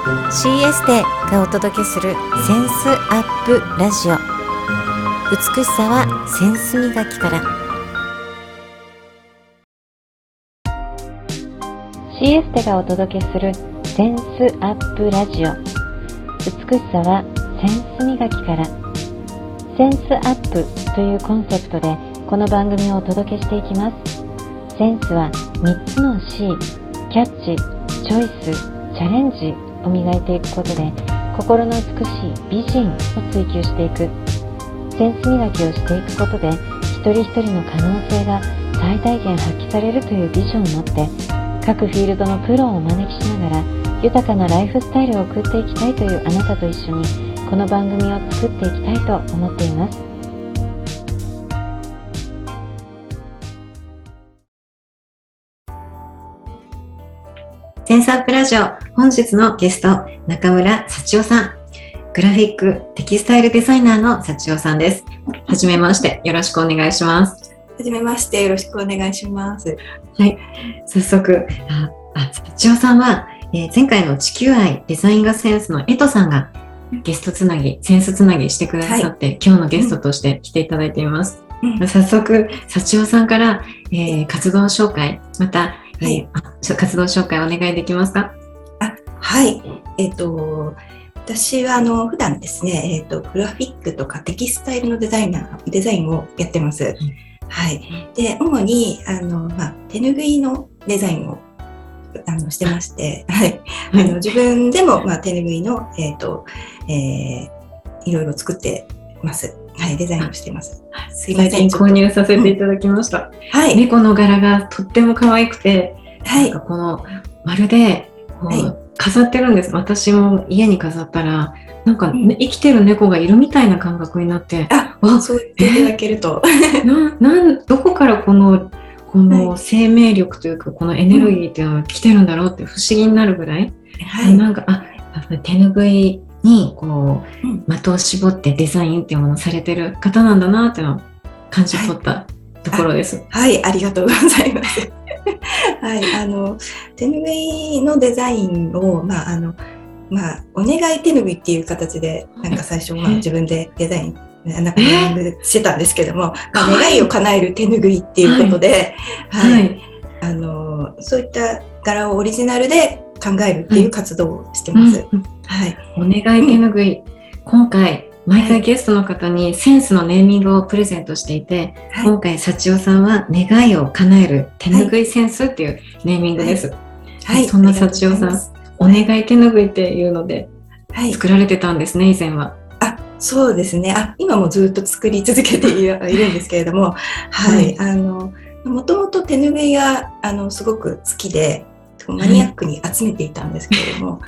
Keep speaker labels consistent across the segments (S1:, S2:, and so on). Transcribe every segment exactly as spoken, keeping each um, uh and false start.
S1: シーエス テがお届けするセンスアップラジオ。美しさはセンス磨きから。 シーエス テがお届けするセンスアップラジオ。美しさはセンス磨きから。センスアップというコンセプトでこの番組をお届けしていきます。センスはみっつの C、 キャッチ、チョイス、チャレンジを磨いていくことで、心の美しい美人を追求していく。センス磨きをしていくことで、一人一人の可能性が最大限発揮されるというビジョンを持って、各フィールドのプロをお招きしながら豊かなライフスタイルを送っていきたいというあなたと一緒に、この番組を作っていきたいと思っています。
S2: センスアップラジオ、本日のゲスト、中村幸代さん。グラフィックテキスタイルデザイナーの幸代さんです。はじめまして、よろしくお願いします。
S3: はじめまして、よろしくお願いします。
S2: はい、早速、あ、あ幸代さんは、えー、前回の地球愛デザインがセンスの江戸さんがゲストつなぎ、センスつなぎしてくださって、はい、今日のゲストとして来ていただいています。うん、早速、幸代さんから、えー、活動紹介、また、はい、えー、活動紹介お願いできますか？
S3: あ、はい。えっと、私はあの普段ですね、えっと、グラフィックとかテキスタイルのデザイナー、デザインをやってます。うん、はい。で、主にあの、まあ、手ぬぐいのデザインをあのしてまして、はい。あの自分でも、まあ、手ぬぐいの、えっと、えー、いろいろ作ってます。はい、デザインをしています。
S2: すいません、購入させていただきました。
S3: うん、はい。
S2: 猫の柄がとっても可愛くて、
S3: はい。
S2: なんかこのまるでこう、はい、飾ってるんです。私も家に飾ったら、なんか、ね、生きてる猫がいるみたいな感覚になって、
S3: あ、あ、そう言っていただけると、
S2: えー、ななんどこからこのこの生命力というか、はい、このエネルギーっていうのが来てるんだろうって不思議になるぐらい、はい、なんかあ手ぬぐいにこう、うん、的を絞ってデザインっていうものをされてる方なんだなっていうのを感じ取ったところです。
S3: はい、はい、ありがとうございます。はい、あの手ぬぐいのデザインを、まああのまあ、お願い手ぬぐいっていう形でなんか最初、まあ、自分でデザインなんかネーミングしてたんですけども、まあ、願いを叶える手ぬぐいっていうことで、はいはいはい、あのそういった柄をオリジナルで考えるっていう活動をしてます。うんはい、
S2: お願い手ぬぐい、うん、今回毎回ゲストの方にセンスのネーミングをプレゼントしていて、はい、今回幸代さんは願いを叶える手ぬぐいセンスっていうネーミングです。はいはい、そんな幸代さん、お願い手ぬぐいっていうので作られてたんですね、はい、以前は。
S3: あ、そうですね。あ、今もずっと作り続けているんですけれども、はい、はい、あのもともと手ぬぐいがあのすごく好きでマニアックに集めていたんですけれども、はい、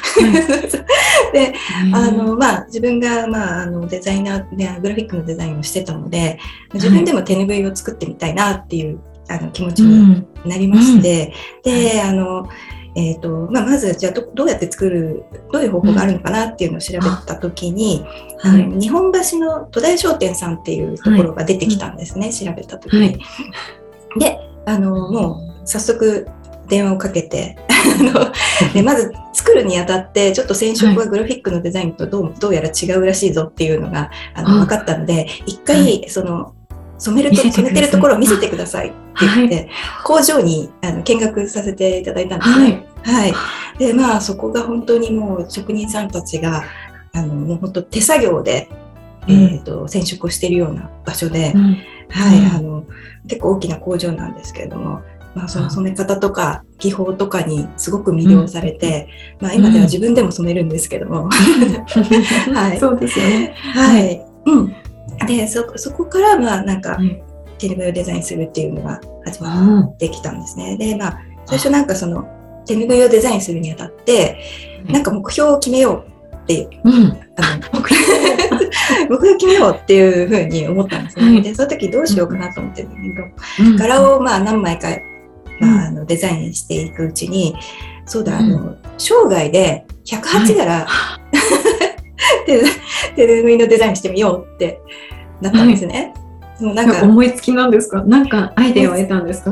S3: で、あのまあ自分がまああのデザイナーでグラフィックのデザインをしてたので、自分でも手ぬぐいを作ってみたいなっていうあの気持ちになりまして、うんうん、で、あの。えーとまあ、まずじゃあ ど, どうやって作るどういう方法があるのかなっていうのを調べたときに、うん、あの日本橋の戸田屋商店さんっていうところが出てきたんですね、はい、調べたときに、はい、であのもう早速電話をかけてでまず作るにあたってちょっと染色はグラフィックのデザインとど う, どうやら違うらしいぞっていうのがあの分かったので、一回その染めると染めてるところを見せてくださいって言って、はい、工場にあの見学させていただいたんですね。はい。はい、で、まあそこが本当にもう職人さんたちがあのもう本当手作業で、うん、えっと染色をしているような場所で、うん、はい、うん、あの結構大きな工場なんですけれども、まあその染め方とか技法とかにすごく魅了されて、うん、まあ今では自分でも染めるんですけども、
S2: はい。そうですよね。
S3: はい。うん。で そ, そこからまあなんか、うん、手ぬぐいをデザインするっていうのが始まってきたんですね。でまあ最初なんかその手ぬぐいをデザインするにあたって、うん、なんか目標を決めようっていう、うん、あの目標を決めようっていうふうに思ったんですね。はい、でその時どうしようかなと思ってるんだけど、うん、柄をまあ何枚か、まあ、あのデザインしていくうちに、そうだ、あの生涯でひゃくはち柄、はい、手ぬぐいのデザインしてみようってなったんですね。
S2: はい、もうなんか思いつきなんですか？なんかアイデアを得たんですか？
S3: あ、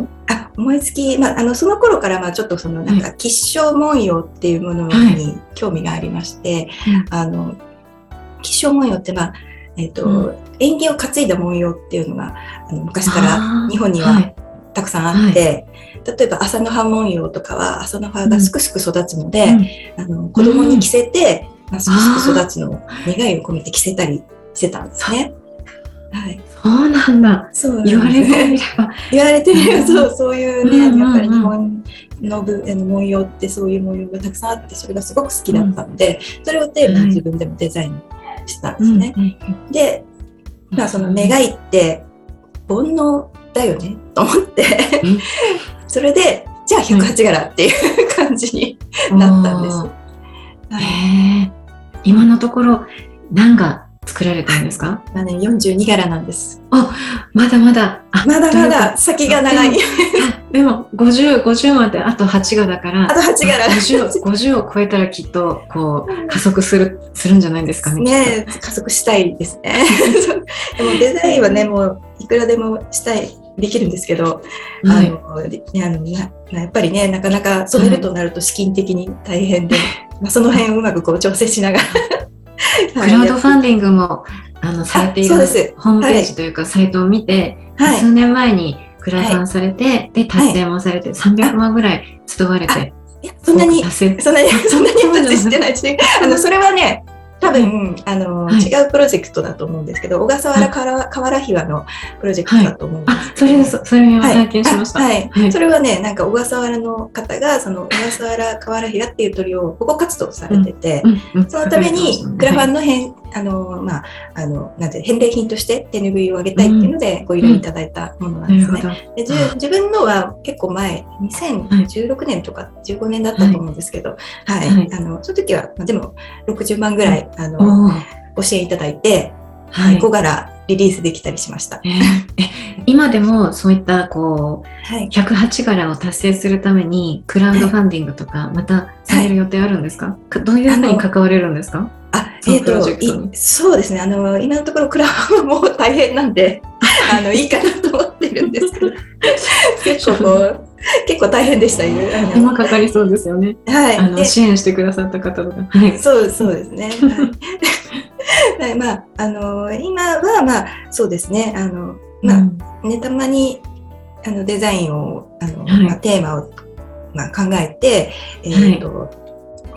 S3: あ、思いつき、まあ、あのその頃からまあちょっとそのなんか吉祥文様っていうものに興味がありまして、はい、あの吉祥文様って、まあえーとうん、縁起を担いだ文様っていうのがあの昔から日本にはたくさんあって、はいはい、例えば朝の葉文様とかは朝の葉がすくすく育つので、うん、あの子供に着せて、うんまあ、すくすく育つのを願いを込めて着せたりしてたんですね。はい、
S2: そうなんだ。
S3: そうなん
S2: 言われてみれば
S3: 言われてみればそうそういうね、うんうんうん、やっぱり日本の部の文様ってそういう模様がたくさんあってそれがすごく好きだったので、うん、それをテーマに自分でもデザインしたんですね。うんうん、で、まあ、その願いって煩悩だよねと思ってそれでじゃあひゃくはち柄っていう感じになったんです。
S2: はい、へー、今のところ何が作られたんですか？
S3: まあね、よんじゅうに柄なんです。
S2: あ、まだまだ。
S3: あ、まだまだ先が長い。
S2: でもごじゅう、ごじゅうまであとはち柄だから。
S3: あとはち柄。
S2: ごじゅう、ごじゅうを超えたらきっとこう加速するするんじゃないですかね。
S3: ね、加速したいですね。でもデザインはね、もういくらでもしたいできるんですけど、はい、あのね、あのなやっぱりねなかなか染めるとなると資金的に大変で、はい、まあその辺をうまくこう調整しながら。
S2: クラウドファンディングもあのされているホームページというかサイトを見て、はい、数年前にクラファンされて、はい、で達成もされて、はい、さんびゃくまんぐらい集われて、
S3: いやそんなにそんなにそんなに達成してないし、あのそれはね多分あの、はい、違うプロジェクトだと思うんですけど、小笠原河原ひわのプロジェクトだと思うんですけど、
S2: はい、あ、それそれを体験しました。
S3: はい、はいはい、それはねなんか小笠原の方がその小笠原河原ひわっていう鳥を保護活動されてて、うんうんうん、そのためにクラファンの返、はい、あのまああのなんて返礼品として手ぬぐいをあげたいっていうのでご依頼いただいたものなんですね。うん、で自分のは結構前にせんじゅうろくねんとかじゅうごねんだったと思うんですけど、はいはいはい、あのその時はでもろくじゅうまんぐらいあのご支援いただいて、はい、ご柄リリースできたりしました。
S2: えー、え今でもそういったこう、はい、ひゃくはち柄を達成するためにクラウドファンディングとかまたされる予定あるんですか？はい、どういうふうに関われるんですか？
S3: あ、えーと、そうですね、あの今のところクラファンも大変なんであのいいかなと思ってるんですけど結構こう結構大変でしたよ。
S2: 手間かかりそうですよね。はい、あの支援してくださった方とか。はい、
S3: そうそうですね。はい、まああの今はまあそうですね。あのまあ、うん、ねたまにあのデザインをあの、はいまあ、テーマをまあ考えてえーと、はい、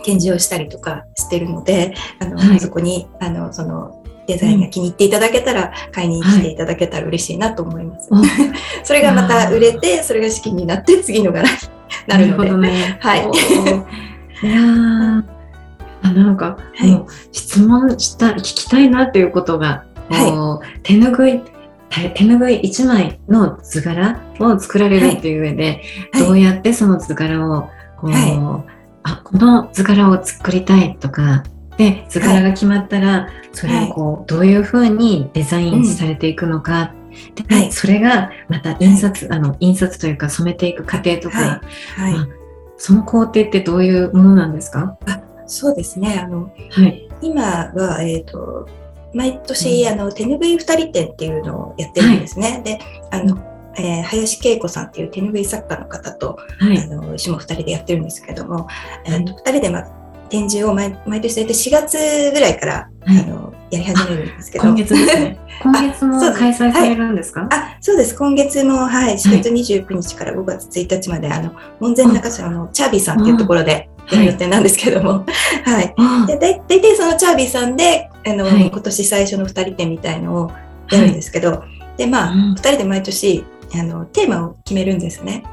S3: 展示をしたりとかしてるので、あの、はい、そこにあのそのデザインが気に入っていただけたら、うん、買いに来ていただけたら嬉しいなと思います。はい、それがまた売れて、それが資金になって次の柄になるので。なるほどね。はい。
S2: いやー、なんか、はい、もう質問した聞きたいなっていうことが、はい、手ぬぐい手ぬぐいいちまいの図柄を作られるっていう上で、はい、どうやってその図柄をこう、はい、あこの図柄を作りたいとか。で図柄が決まったら、はい、それをこう、はい、どういうふうにデザインされていくのか、うん、で、はい、それがまた印刷、はい、あの印刷というか染めていく過程とか、はいはい、その工程ってどういうものなんですか？
S3: あ、そうですね、あの、はい、今は、えーと、毎年、うん、あの手ぬぐいふたり展っていうのをやってるんですね。はい、であのえー、林恵子さんっていう手ぬぐい作家の方と、はい、あの一緒もふたりでやってるんですけども、えーと、ふたりで、まあ展示を 毎, 毎年大体しがつぐらいから、はい、あのやり始めるんですけど、
S2: 今月ですね。今月も開催されるんですか？
S3: はい、あ、そうです。今月も、はい、しがつにじゅうくにちからごがつついたちまで、はい、あの門前仲町のチャービーさんっていうところでやる予定なんですけども、はいはい、でだいたいそのチャービーさんであの、はい、今年最初のふたり展みたいのをやるんですけど、はい、でまあ、うん、ふたりで毎年あのテーマを決めるんですね。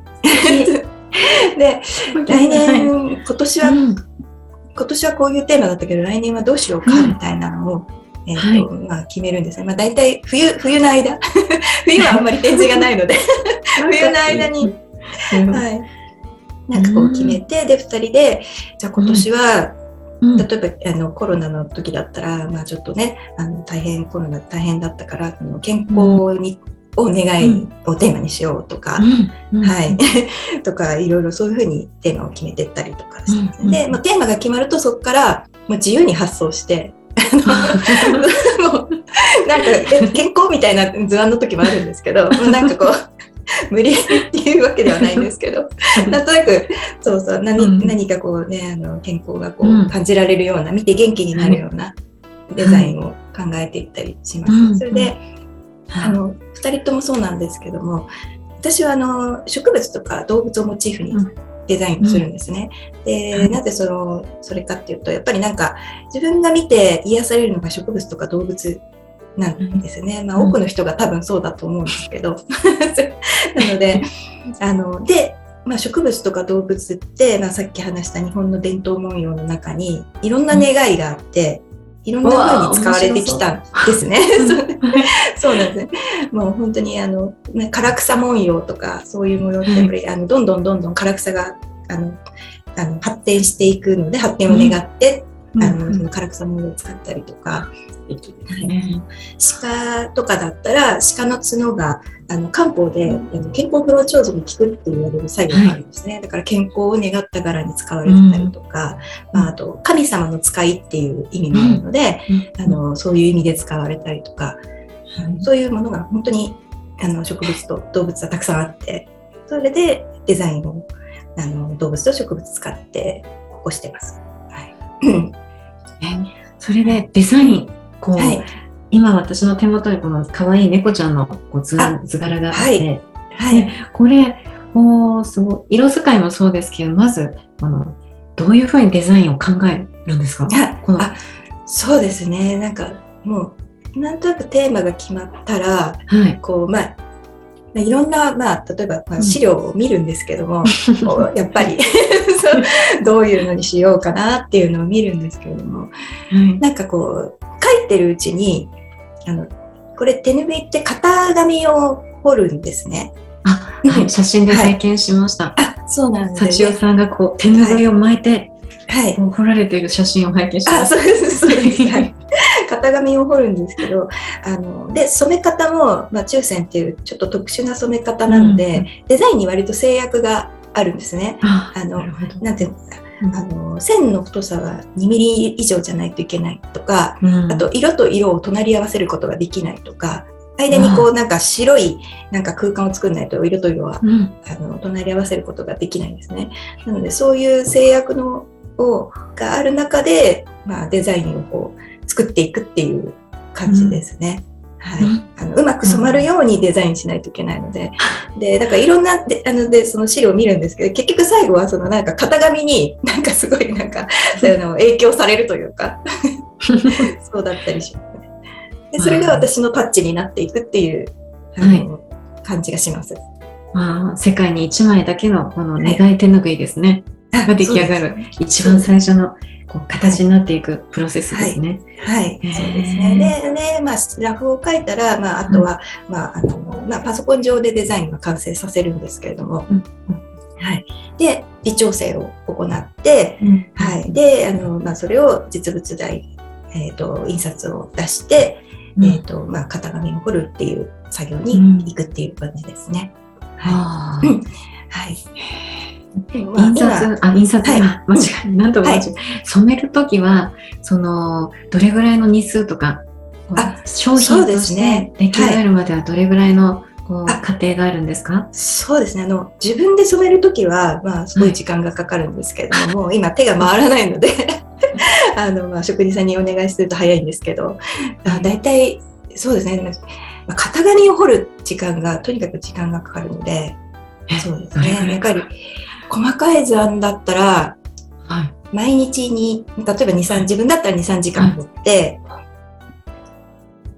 S3: で来年、はい、今年は、うん今年はこういうテーマだったけど来年はどうしようかみたいなのを、うんえーとはいまあ、決めるんですね。まあ、大体 冬, 冬の間冬はあんまり展示がないので冬の間に、はい、なんかこう決めてでふたりでじゃあ今年は、うん、例えばあのコロナの時だったら、まあ、ちょっとねあの大変コロナ大変だったからあの健康に、うんを願いをテーマにしようとか、うんうん、はいとかいろいろそういうふうにテーマを決めていったりとかして、うん、で、まあ、テーマが決まるとそこからもう自由に発想してもうなんか健康みたいな図案の時もあるんですけどもうなんかこう無理やりっていうわけではないんですけどなんとなくそうそう 何,、うん、何かこうねあの健康がこう感じられるような、うん、見て元気になるようなデザインを考えていったりします、うん、それで、うん、あのふたりともそうなんですけども、私はあの植物とか動物をモチーフにデザインをするんですね、うん、でなぜそのそれかっていうと、やっぱりなんか自分が見て癒されるのが植物とか動物なんですね、まあ、多くの人が多分そうだと思うんですけどなのであので、まあ、植物とか動物って、まあ、さっき話した日本の伝統文様の中にいろんな願いがあって、いろんな風に使われてきたんですね。そうなんですね。もう本当にあの唐草文様とかそういう模様ってやっぱり、はい、あのどんどんどんどん唐草があのあの発展していくので、発展を願って、うん、あのその唐草模様を使ったりとか、はい、鹿とかだったら鹿の角があの漢方で、うん、健康不老長寿に効くって言われる作用があるんですね、はい、だから健康を願った柄に使われてたりとか、うんまあ、あと神様の使いっていう意味もあるので、うん、あのそういう意味で使われたりとか、うん、そういうものが本当にあの植物と動物はたくさんあって、それでデザインをあの動物と植物使って起こしてます、はい
S2: えそれでデザインこう、はい、今私の手元にこの可愛い猫ちゃんのこう 図, 図柄があって、はいはい、これおすごい色使いもそうですけど、まずあのどういうふうにデザインを考えるんですか？この
S3: あそうですね、なんかもうなんとなくテーマが決まったら、はい、こうまあいろんな、まあ、例えば、まあ、資料を見るんですけども、うん、やっぱりどういうのにしようかなっていうのを見るんですけれども、うん、なんかこう書いてるうちにあのこれ手拭いって型紙を彫るんですね。
S2: あ、はい、写真で拝見しました。
S3: はい、あ、そうなんですね。
S2: 幸代さんがこう手拭いを巻いて、はい、こう彫られている写真を拝見しました。
S3: あ、そうです、そうです。はい、型紙を彫るんですけど、あので染め方も、まあ、中線っていうちょっと特殊な染め方なので、うん、デザインに割と制約があるんですね。ああのなんていうのか、あの線の太さはにミリ以上じゃないといけないとか、うん、あと色と色を隣り合わせることができないとか、間にこうなんか白いなんか空間を作らないと色と色は、うん、あの隣り合わせることができないんですね。なのでそういう制約のをがある中で、まあ、デザインをこう作っていくっていう感じですね。うんはい、あのうまく染まるようにデザインしないといけないので、うん、でだからいろんなであのでその資料を見るんですけど、結局最後はそのなんか型紙になんかすごいなんかそういうの影響されるというかそうだったりしますね。でそれが私のタッチになっていくっていうあの、はい、感じがします。
S2: あ世界にいちまいだけのこの願い手ぬぐいですね、はい、が出来上がる一番最初のこう形になっていくプロセスですね。
S3: はい、はい、そうですね。で、ね、まあ、ラフを書いたら、まあ、あとは、うん、まあ、あの、まあ、パソコン上でデザインは完成させるんですけれども、うんうん、はい。で、微調整を行って、うん、はい。で、あの、まあ、それを実物大、えっと、印刷を出して、うん、えっと、まあ、型紙を彫るっていう作業に行くっていう感じですね。うん、はい。はい。
S2: 印刷、あ、印刷、はい、間違い、なんと間違い、はい、染めるときは、その、どれぐらいの日数とか、あ、商品として出来上がるまではどれぐらいの、こう、過程があるんですか？
S3: そうですね。あの、自分で染めるときは、まあ、すごい時間がかかるんですけれども、はい、もう今手が回らないので、あの、まあ、職人さんにお願いすると早いんですけど、あ、だいたい、そうですね。まあ、型紙を彫る時間が、とにかく時間がかかるので、そうですね。やっぱり、細かい図案だったら、はい、毎日に例えばに、さん自分だったらに、さんじかん彫って、はい、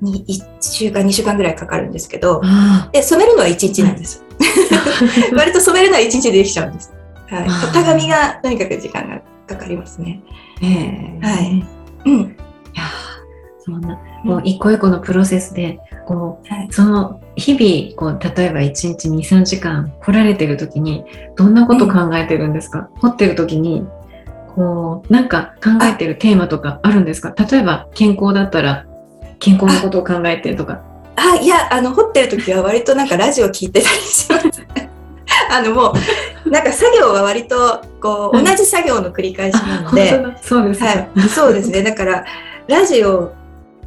S3: にいっしゅうかんにしゅうかんぐらいかかるんですけど、で染めるのはいちにちなんです、うん、割と染めるのはいちにちでできちゃうんです、はい、型紙がとにかく時間がかかりますね。えー、はい、うん、い
S2: やそんなもう一個一個のプロセスでこう、はい、その日々こう例えばいちにちに、さんじかん彫られてる時にどんなこと考えてるんですか？うん、彫ってる時にこうなんか考えてるテーマとかあるんですか？例えば健康だったら健康のことを考えてとか。
S3: あ、いや、あの彫ってる時は割となんかラジオ聞いてたりしますあのもうなんか作業は割とこう、はい、同じ作業の繰り返しなので、
S2: そうですね、
S3: はい、そうですね。だからラジオ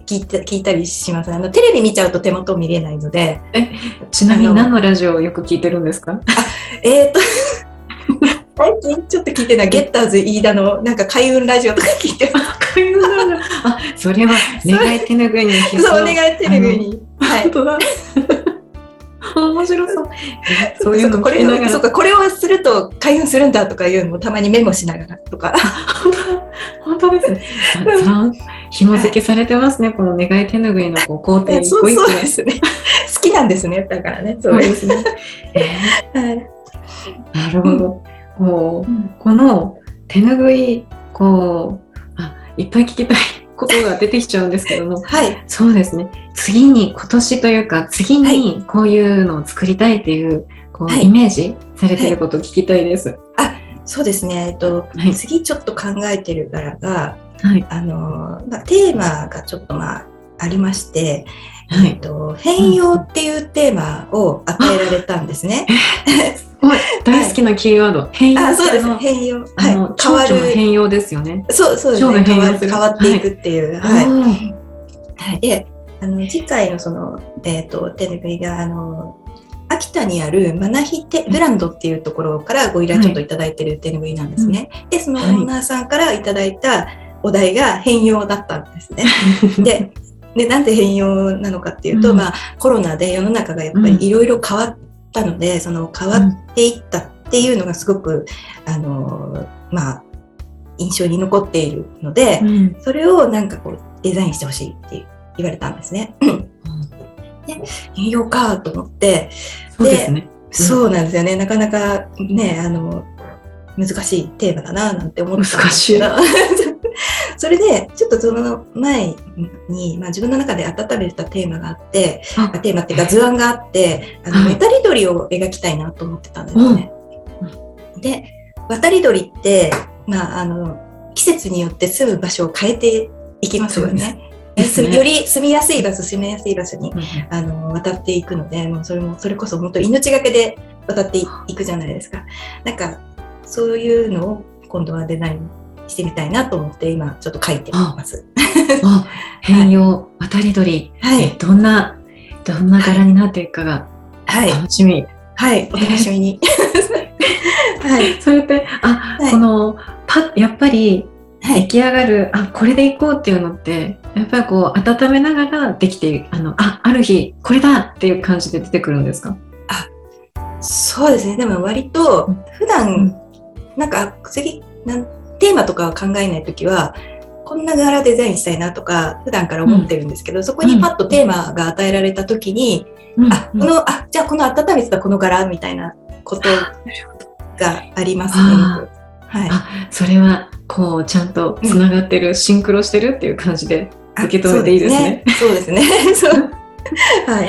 S3: 聞いた、聞いたりします。あのテレビ見ちゃうと手元見れないので。
S2: え、ちなみに何のラジオをよく聞いてるんですか？
S3: えーと最近ちょっと聞いてないゲッターズ飯田のなんか開運ラジオとか聞いてます。
S2: 開運ラジオ。あ、それは願い手ぬぐいに必須の。
S3: そう、願い手ぬぐいに。はい。
S2: 本当だ。面白そう。
S3: そういうのこれを、そうか、これをすると開運するんだとかいうのもたまにメモしながらとか。
S2: 本当ですね。紐付けされてますね。この願い手ぬぐいのこう工程一個一個。
S3: そうですね。好きなんですね。だからね。そうですね。
S2: えーはい、なるほど。こう、うん、この手ぬぐいこうあいっぱい聞きたいことが出てきちゃうんですけども、
S3: はい、
S2: そうですね。次に今年というか次にこういうのを作りたいっていう、こう、はい、イメージされていることを聞きたいです。はい、
S3: あ、そうですね。えっと、はい、次ちょっと考えてる柄が、はい、あのまあ、テーマがちょっとまあありまして、はい、えっと変容っていうテーマを与えられたんですね。
S2: 大好きなキーワード、はい、変容。
S3: あ、そうです。変容。はい、
S2: 変わる変容ですよね。
S3: そうそうですね。変わ変わっていくっていう。はい。はい、で、あの次回のそのえっと手ぬぐいがあの秋田にあるマナヒテブランドっていうところからご依頼ちょっといただいてる手ぬぐいなんですね。はい、で、そのオーナーさんからいただいたお題が変容だったんですね。で、でなんで変容なのかっていうと、うん、まあコロナで世の中がやっぱりいろいろ変わってたので、その変わっていったっていうのがすごく、うん、あのまあ印象に残っているので、うん、それをなんかこうデザインしてほしいって言われたんですね。うん、で変容かと思って、
S2: そうですね。
S3: うん、そうなんですよね。なかなかね、あの難しいテーマだななんて思ってたんですけど。それでちょっとその前に、まあ、自分の中で温めたテーマがあってテーマっていうか図案があってあの、はい、渡り鳥を描きたいなと思ってたんですね。うん、で渡り鳥って、まあ、あの季節によって住む場所を変えていきますよね。ねより住みやすい場所住みやすい場所に、うん、あの渡っていくので、もうそれもそれこそ本当命がけで渡っていくじゃないですか。なんかそういうのを今度はデザインしてみたいなと思って今ちょっと書いてます。
S2: ああ変容、はい、渡り鳥、はい、どんなどんな柄になっていくかが楽しみ。
S3: はい、はい、お楽しみに。
S2: はい、それってあ、はい、このパやっぱり出来上がる、はい、あこれでいこうっていうのってやっぱりこう温めながらできてあのあある日これだっていう感じで出てくるんですか？
S3: あ、そうですね。でも割と普段、うん、なんか次なんテーマとかを考えないときはこんな柄デザインしたいなとか普段から思ってるんですけど、うん、そこにパッとテーマが与えられたときに、うん、あこのあじゃあこの温めてたこの柄みたいなことがありますね。はい、あ
S2: それはこうちゃんとつながってる、うん、シンクロしてるっていう感じで受け止めていいですね。
S3: そうですね。そうですね。はい。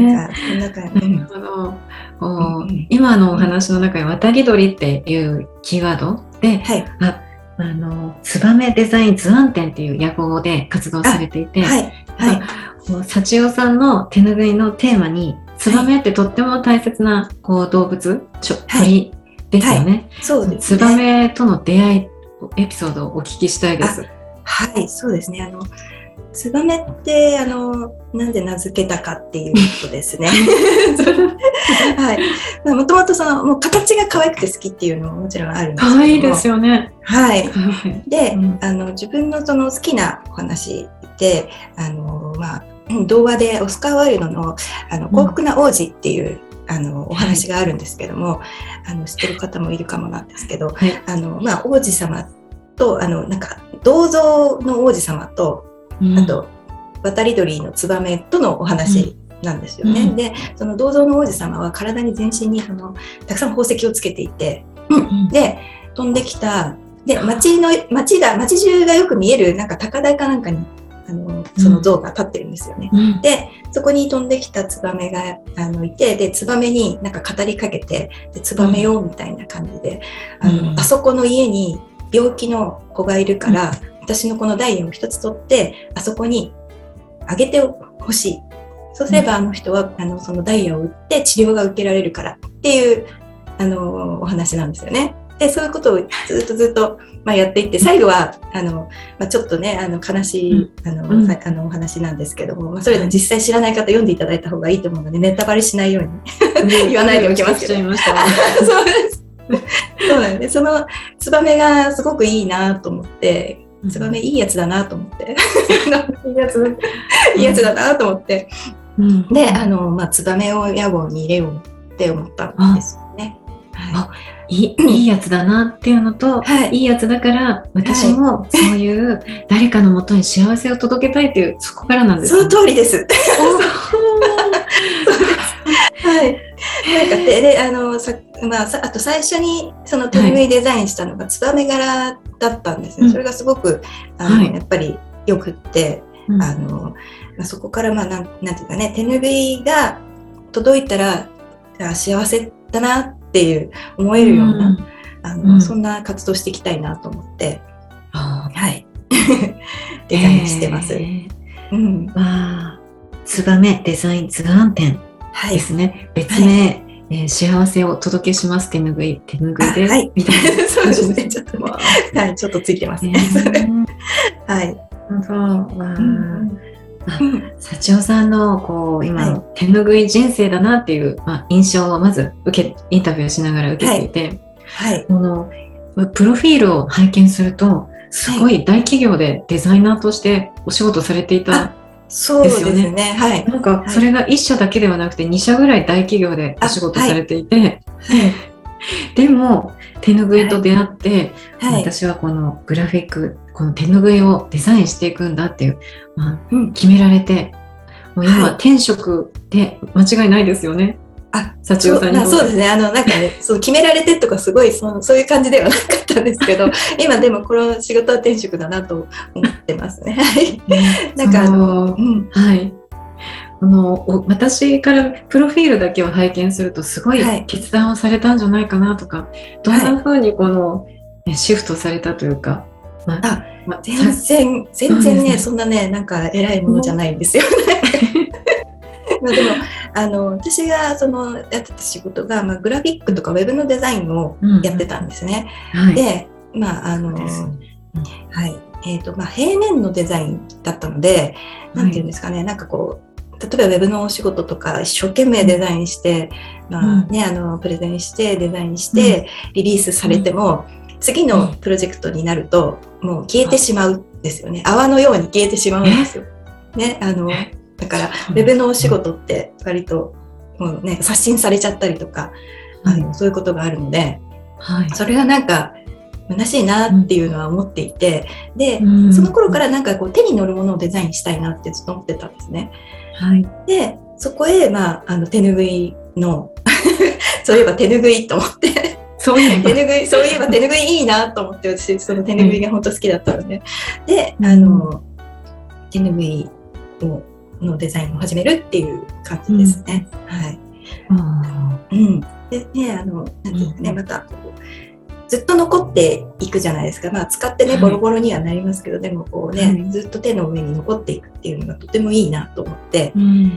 S3: なんかそんな感じ。
S2: なるほど。うん、今のお話の中に渡り鳥っていうキーワードで、はい、ああのツバメデザイン図案展っていう屋号で活動されていて、はいはい、幸代さんの手ぬぐいのテーマにツバメってとっても大切なこう動物ちょ鳥ですよね。はい、そうですね。ツバメとの出会いエピソードをお聞きしたいです。
S3: はい、そうですね。あのツバメってあのなんで名付けたかっていうことですね。はい。もともとそのもう形が可愛くて好きっていうのももちろんあるんですけども。
S2: 可愛いですよね。
S3: はい。で、うん、あの自分のその好きなお話であのまあ童話でオスカー・ワイルドのあの幸福な王子っていう、うん、あのお話があるんですけども、はい、あの知ってる方もいるかもなんですけど、はい、あのまあ王子様とあのなんか銅像の王子様とあと、うん、渡り鳥のツバメとのお話なんですよね。うん、で、その銅像の王子様は体に全身にそのたくさん宝石をつけていて、うん、で飛んできたで町の町が町中がよく見えるなんか高台かなんかにあのその像が立ってるんですよね。うん、で、そこに飛んできたツバメがあのいて、でツバメになんか語りかけて、でツバメよみたいな感じで、あの、うん、あそこの家に病気の子がいるから。うん私のこのダイヤを一つ取ってあそこにあげてほしい。そうすればあの人はあのそのダイヤを売って治療が受けられるからっていうあのお話なんですよね。 でそういうことをずっとずっと、まあ、やっていって、最後はあの、まあ、ちょっとねあの悲しい、うん、あの、うん、あのお話なんですけども、まあ、それで実際知らない方読んでいただいた方がいいと思うので、ネタバレしないように言わないでおきますけど。そうです。そうなんです。そのツバメがすごくいいなと思って、ツバメいいやつだなと思って、いいやつ、いいやつだなと思って、うん、で、あの、まあ、ツバメを屋号に入れようって思ったんですよね。
S2: はい、いい、いいやつだなっていうのと、はい、いいやつだから私もそういう誰かのもとに幸せを届けたいっていう、そこからなんですか、
S3: ね、その通りです。はい。なんかであのさ、まあ、あと最初にその手ぬぐいデザインしたのがツバメ柄だったんですね。はい、それがすごくあの、はい、やっぱりよくって、うん、あのまあ、そこからまあなんなんていうかね、手ぬぐいが届いたら幸せだなっていう思えるような、うん、あの、うん、そんな活動していきたいなと思って、はい、デザインしてます。えーうん、
S2: わあ、ツバメデザイン図案展ですね。はい、別名、はい、えー、幸せをお届けします手ぬぐい手ぬぐいです、はい、みたいな
S3: そうですね。ちょっとはい、ちょっとついてますね。はい。
S2: そうわ、うん幸男さんのこう今の手ぬぐい人生だなっていう、まあ、印象をまず受けインタビューしながら受けていて、はいはい、このプロフィールを拝見するとすごい大企業でデザイナーとしてお仕事されていたんですよね。そうですね。はい。なんかそれがいっ社だけではなくてに社ぐらい大企業でお仕事されていて、はいはい、でも手ぬぐいと出会って、はい、私はこのグラフィックこの手ぬぐいをデザインしていくんだっていう、まあうん、決められてもう今、はい、転職で間違いないですよね。
S3: あ、幸男さんにそうですね。あのなんかね、そう決められてとかすごいそのそういう感じではなかったんですけど、今でもこの仕事は転職だなと思ってますね。はい。なんかあの、うん、はい。
S2: あの私からプロフィールだけを拝見するとすごい決断をされたんじゃないかなとか、はい、どんな風にこの、ね、シフトされたというか、
S3: まあ、あ、まあ、全然全然ね、そんなねなんか偉いものじゃないんですよね。まあでもあの私がそのやってた仕事が、まあ、グラフィックとかウェブのデザインをやってたんですね。うんはい、で、まああの、うん、はいえーとまあ、平面のデザインだったので、なんていうんですかね、はい、なんかこう例えばウェブのお仕事とか一生懸命デザインして、うんまあね、あのプレゼンしてデザインしてリリースされても、うん、次のプロジェクトになるともう消えてしまうんですよね。泡のように消えてしまうんですよ。ね、あのだからウェブのお仕事って割ともう、ね、刷新されちゃったりとか、はい、そういうことがあるので、はい、それがなんか虚しいなっていうのは思っていて、うん、で、うん、その頃からなんかこう手に乗るものをデザインしたいなってずっと思ってたんですね。はい、でそこへ、まあ、あの手ぬぐいのそういえば手ぬぐいと思ってそういえば手ぬぐいそういえば手ぬぐいいいなと思って私その手ぬぐいが本当好きだったので、うん、であの手ぬぐいをのデザインを始めるっていう感じですね。うん、はい。うん。でねあのなんていうかね、うん、またずっと残っていくじゃないですか。まあ使ってねボロボロにはなりますけど、はい、でもこうね、はい、ずっと手の上に残っていくっていうのがとてもいいなと思って、うん、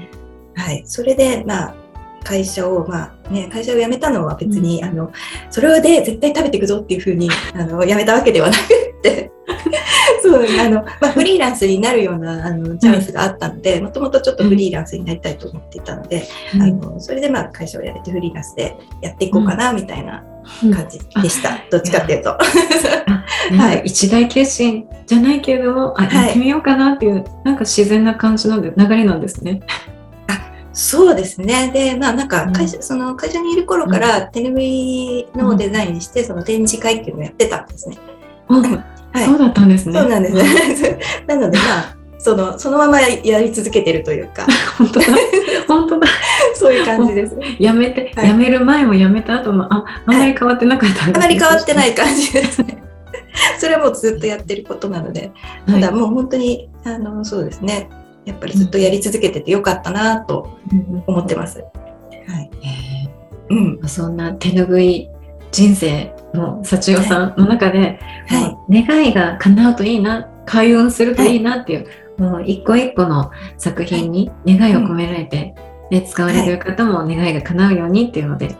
S3: はい。それでまあ会社をまあね会社を辞めたのは別に、うん、あのそれで絶対食べていくぞっていう風にあの辞めたわけではなくて。そうあのまあ、フリーランスになるようなあのチャンスがあったので、もともとちょっとフリーランスになりたいと思っていたので、うん、あのそれでまあ会社を辞めてフリーランスでやっていこうかなみたいな感じでした。うん、どっちかっていうと、
S2: はい、一大決心じゃないけれども、あ、やってみようかなっていう、はい、なんか自然な感じの流れなんですね。
S3: そうですね。で、まあなんか会社、うん、その会社にいる頃から手ぬぐいのデザインして、うん、その展示会っていうのをやってたんですね。
S2: うんはい、そうだったんですね。
S3: そうなんですね。なのでまあそのそのままやり続けてるというか。
S2: 本当だ。本当だ。
S3: そういう感じです。
S2: やめて、はい、やめる前もやめた後もああんまり変わってなかった、
S3: はい。あまり変わってない感じですね。それはもうずっとやってることなので、ただもう本当にあのそうですね。やっぱりずっとやり続けててよかったなと思ってます。はい。
S2: うん。そんな手ぬぐい人生の幸代さんの中で、はい、願いが叶うといいな、開運するといいなっていう、はい、もう一個一個の作品に願いを込められて、はい、で使われている方も願いが叶うようにっていうので、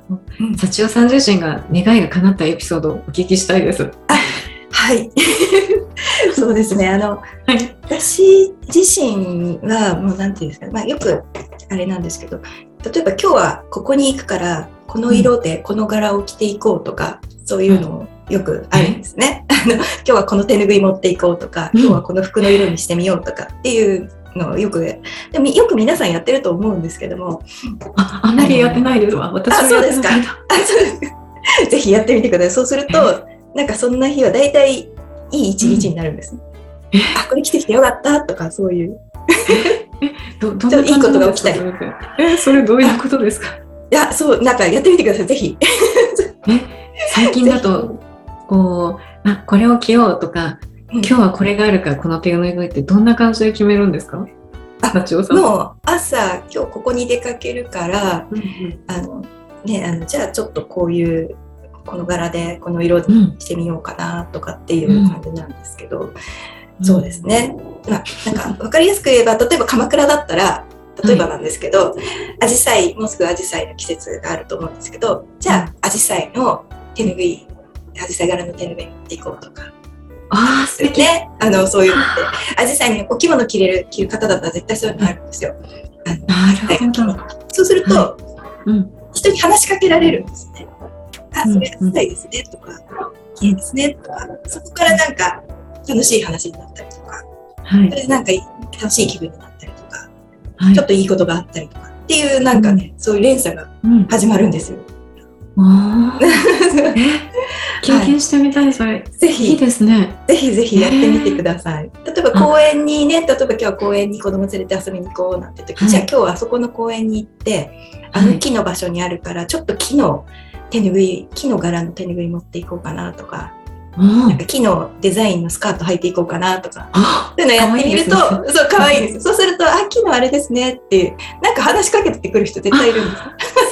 S3: うん
S2: 幸代さん自身が願いが叶ったエピソードをお聞きしたいです。
S3: はいそうですね、あの、
S2: はい、
S3: 私自身はもうなんていうんですか、まあ、よくあれなんですけど、例えば今日はここに行くからこの色でこの柄を着ていこうとか、うん、そういうのもよくあるんですね、うん、あの今日はこの手ぬぐい持っていこうとか、今日はこの服の色にしてみようとかっていうのをよく、でもよく皆さんやってると思うんですけども、
S2: あ, あんまりやってないですわ。私はやってない。
S3: ぜひやってみてください。そうするとなんかそんな日はだいたいいい一日になるんです、ね、うん、あ、これ着てきてよかったとか、そういう
S2: どどんな感じ
S3: いいことが起きたり。
S2: え、それどういうことですか？
S3: いや、そう、なんかやってみてください、ぜひ。
S2: え、最近だとこう、あ、これを着ようとか、うん、今日はこれがあるからこの手ぬぐいってどんな感じで決めるんですか？
S3: あ、もう朝今日ここに出かけるから、うんうん、あのね、あのじゃあちょっとこういうこの柄でこの色にしてみようかなとかっていう感じなんですけど、うん、そうですね、まあ、なんか分かりやすく言えば、例えば鎌倉だったら、例えばなんですけど、アジサイ、もうすぐアジサイの季節があると思うんですけど、じゃあアジサイの手ぬぐい、アジサイ柄の手ぬぐい持っていこうとか。
S2: ああ、素敵
S3: ね、あのそういうのってアジサイにお着物着れる着る方だったら絶対そういうのあるんですよ。あの
S2: なるほど。
S3: そうすると、はいうん、人に話しかけられるんですね。あ、それアジサイですねとか、綺麗ですねとか、そこからなんか楽しい話になったりとか、はい、それでなんか楽しい気分になったりとか、はい、ちょっといいことがあったりとかっていうなんかね、うん、そういう連鎖が始まるんですよ。
S2: うん、あ経験してみたい、はい、それぜひいいですね。
S3: ぜひぜひやってみてください。例えば公園にね、例えば今日は公園に子供連れて遊びに行こうなんて時、はい、じゃあ今日はあそこの公園に行ってあの木の場所にあるからちょっと木の手ぬぐい、木の柄の手ぬぐい持っていこうかなとか、うん、なんか木のデザインのスカート履いていこうかなとか、そういうのやってみると、かわいいですね、そう可愛いです。そうすると、あ、木のあれですねっていうなんか話しかけてくる人絶対いるんです。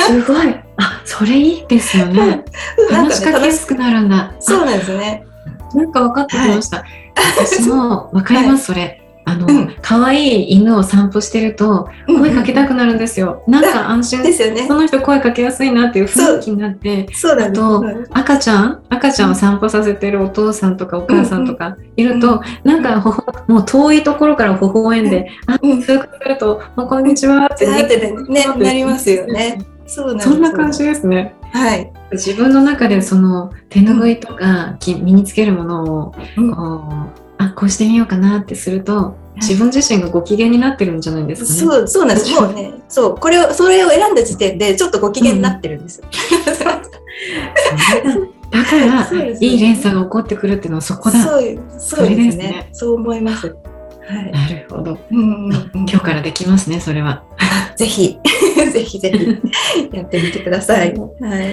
S2: すごい。あ、それいいですよね。話しかけやすくなるんだ。
S3: そうなんですね。
S2: なんか分かってきました。はい、私も分かります、はい、それ。あの、うん、可愛い犬を散歩してると声かけたくなるんですよ。うんうん、なんか安心ですよね。その人声かけやすいなっていう雰囲気になって、そうあと赤ちゃん赤ちゃんを散歩させてるお父さんとかお母さんとかいると、うんうん、なんかほほもう遠いところから微笑んで、うん、あ、通過するともうこんにちはって
S3: なってね、なりますよね。
S2: そうなんです。そんな感じですね。
S3: はい。
S2: 自分の中でその手ぬぐいとか、うん、身につけるものをこう、うん、あ、こうしてみようかなってすると自分自身がご機嫌になってるんじゃないですかね。
S3: そう、そうなんです。もうね、そう、これをそれを選んだ時点でちょっとご機嫌になってるんですよ。
S2: うん、だからいい連鎖が起こってくるっていうのはそこだ。
S3: そう、そうですね。そう思います。
S2: はい、なるほど、うんうんうん、今日からできますね、それは。
S3: ぜひぜひぜひやってみてください。はい。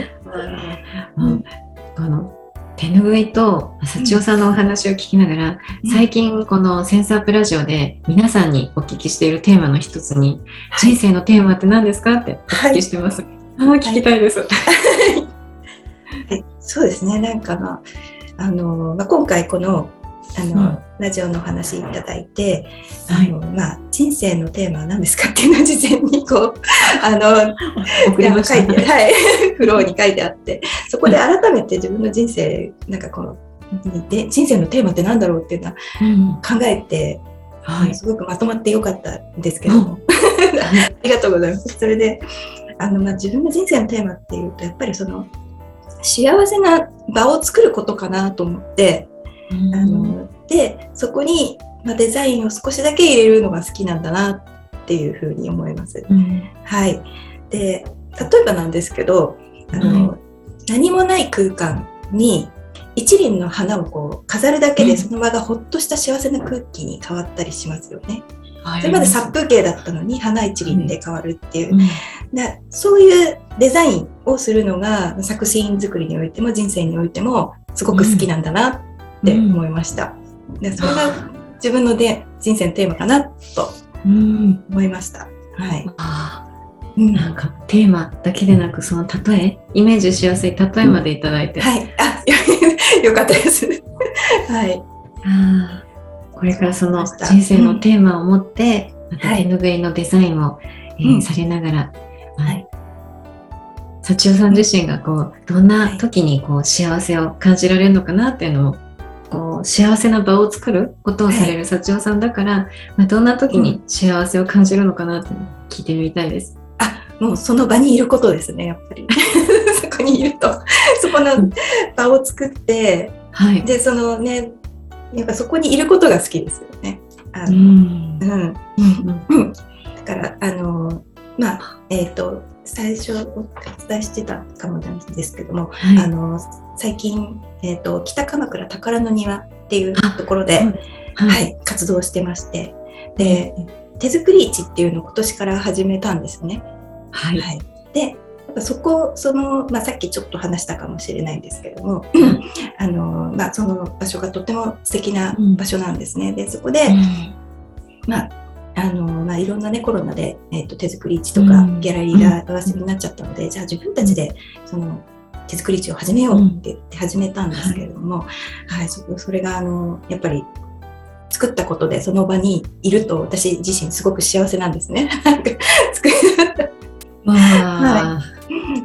S2: うん、この手ぬぐいと幸代さんのお話を聞きながら、うん、最近このセンスアップラジオで皆さんにお聞きしているテーマの一つに、はい、人生のテーマって何ですかってお聞きしてます。はい、あ、聞きたいです。はい
S3: はい、そうですね。なんか、まああのまあ、今回このあの、うん、ラジオのお話いただいて、あの、はい、まあ、人生のテーマは何ですかっていうのを事前にこうあの
S2: 送りました。
S3: 書いて、はい、フローに書いてあって、そこで改めて自分の人生なんかこので人生のテーマって何だろうっていうのは考えて、うんはい、すごくまとまってよかったんですけども、うん、ありがとうございます。それであの、まあ、自分の人生のテーマっていうとやっぱりその幸せな場を作ることかなと思って。あのでそこに、まあ、デザインを少しだけ入れるのが好きなんだなっていうふうに思います。うん、はい。で例えばなんですけどあの、うん、何もない空間に一輪の花をこう飾るだけでその場がほっとした幸せな空気に変わったりしますよね。うん、それまで殺風景だったのに花一輪で変わるっていう、うん、でそういうデザインをするのが作品作りにおいても人生においてもすごく好きなんだなってって思いました。うん、でそれが自分ので人生のテーマかなと思いました。うん、はい。あ、
S2: うん、なんかテーマだけでなくその例えイメージしやすい例えまでいただいて、
S3: うん、はい。あ、よかったです。はい。
S2: あ、これからその人生のテーマを持って、うん、また手ぬぐいのデザインを、はい、えーうん、されながら、はい。 幸代さん自身がこうどんな時にこう幸せを感じられるのかなっていうのをこう幸せな場を作ることをされる幸代さんだから、はい、まあ、どんな時に幸せを感じるのかなって聞いてみたいです。
S3: うん、あ、もうその場にいることですね、やっぱりそこにいるとそこの場を作って、はい、でそのね、やっぱそこにいることが好きですよね。あの、うんうんうん、だからあのまあえっと最初お伝えしてたかもなんですけども、はい、あの最近、えーと、北鎌倉宝の庭っていうところで、はいはい、活動してまして、で手作り市っていうのを今年から始めたんですね。はいはい、でそこその、まあ、さっきちょっと話したかもしれないんですけども、うん、あのまあ、その場所がとても素敵な場所なんですね。でそこで、うん、まああのまあ、いろんな、ね、コロナで、えーと、手作り市とかギャラリーがお休みになっちゃったので、うん、じゃあ自分たちでその手作り市を始めようって言って始めたんですけれども、うん、はいはい、そ, それがあのやっぱり作ったことでその場にいると私自身すごく幸せなんですね。
S2: わはい、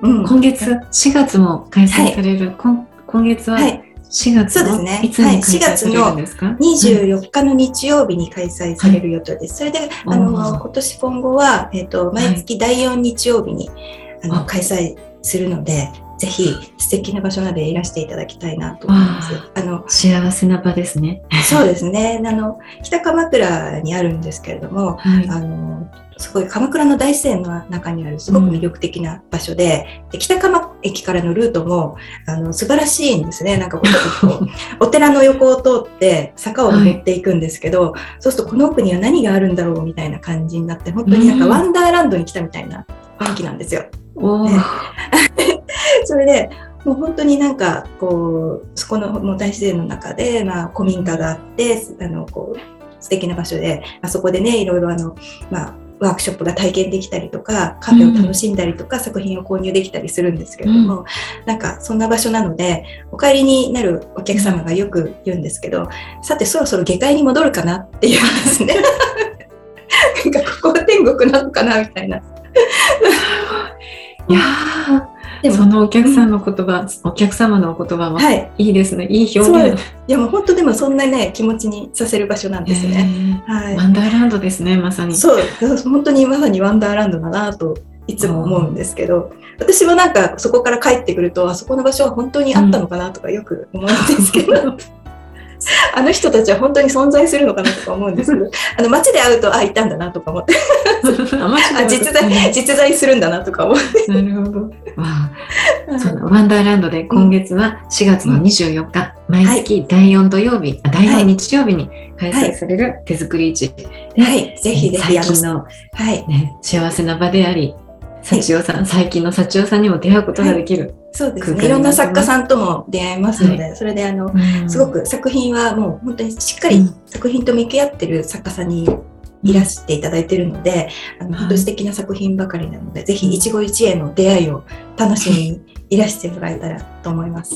S2: うん、今月しがつも開催される、はい、今, 今月はしがつの、はい、いつに開催されるんですか？はい、しがつのにじゅうよっかの日曜日に開催される予定です。はい、それであの今年今後は、えーと、毎月だいよん日曜日に、はい、あの開催するので、ぜひ素敵な場所までいらしていただきたいなと思います。あの幸せな場ですね。
S3: そうですね。あの北鎌倉にあるんですけれども、はい、あのすごい鎌倉の大自然の中にあるすごく魅力的な場所で、うん、で北鎌駅からのルートもあの素晴らしいんですね。なんかこうお寺の横を通って坂を登っていくんですけど、はい、そうするとこの奥には何があるんだろうみたいな感じになって、本当になんかワンダーランドに来たみたいな雰囲気なんですよ。
S2: うん
S3: ね、それでもう本当になんかこうそこのもう大自然の中で、まあ、古民家があってあのこう素敵な場所で、あそこでねいろいろあの、まあ、ワークショップが体験できたりとかカフェを楽しんだりとか、うん、作品を購入できたりするんですけれども、うん、なんかそんな場所なのでお帰りになるお客様がよく言うんですけど、うん、さてそろそろ下界に戻るかなって言うんですね。なんかここは天国なのかなみたいな。
S2: いやでもそのお客さんの言葉、うん、お客様のお言葉はいいですね、いい表現。
S3: いやもう本当でもそんなね気持ちにさせる場所なんですね。はい、
S2: ワンダーランドですね、まさに。
S3: そう、本当にまさにワンダーランドだなといつも思うんですけど、私はなんかそこから帰ってくるとあそこの場所は本当にあったのかなとかよく思うんですけど、うん、あの人たちは本当に存在するのかなとか思うんですけど、あの街で会うとあいたんだなとか思ってあ実在実在するんだなとか思って。
S2: なるほど。わあ、そのワンダーランドで今月はしがつのにじゅうよっか、うん、毎月だいよん土曜日、だいよん日曜日に開催される手作り市、
S3: はい、はい、ぜひぜひ
S2: 最近の、はいね、幸せな場であり、幸代さん、はい、最近の幸代さんにも出会うことができる、はい、
S3: そうですね、いろんな作家さんとも出会えますので、はい、それであの、うん、すごく作品はもう本当にしっかり作品と向き合ってる作家さんにいらしていただいているので、うん、あの本当に素敵な作品ばかりなので、はい、ぜひ一期一会の出会いを楽しみにいらしてもらえたらと思います。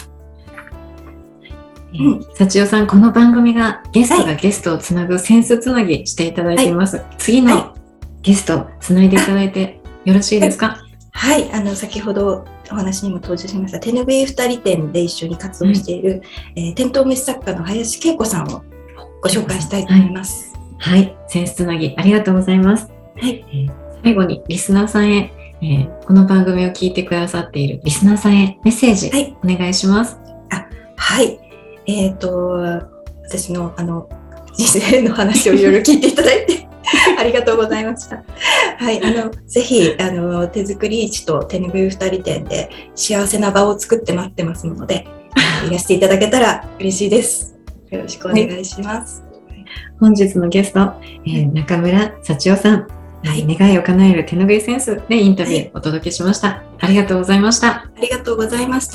S2: うん、幸代さん、この番組がゲストがゲストをつなぐセンスつなぎしていただいています、はい、次のゲストつないでいただいてよろしいですか？
S3: はい、あの先ほどお話にも登場しました手ぬぐい二人展で一緒に活動している、うんえー、テントウムシ作家の林恵子さんをご紹介したいと思います。
S2: はい、はい、センスつなぎありがとうございます。はい、えー、最後にリスナーさんへ、えー、この番組を聞いてくださっているリスナーさんへメッセージ、はい、お願いします。
S3: あ、はい、えっと私のあの人生の話をいろいろ聞いていただいてありがとうございました。はい、あのぜひあの手作り市と手ぬぐい二人展で幸せな場を作って待ってますので、いらしていただけたら嬉しいです。よろしくお願いします。はい、
S2: 本日のゲスト、えー、中村幸代さん、はい、願いを叶える手ぬぐいセンスでインタビューをお届けしました。はい、ありがとうございました。
S3: ありがとうございました。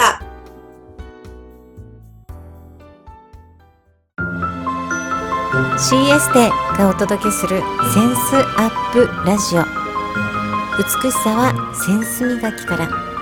S1: シーエス テがお届けするセンスアップラジオ。美しさはセンス磨きから。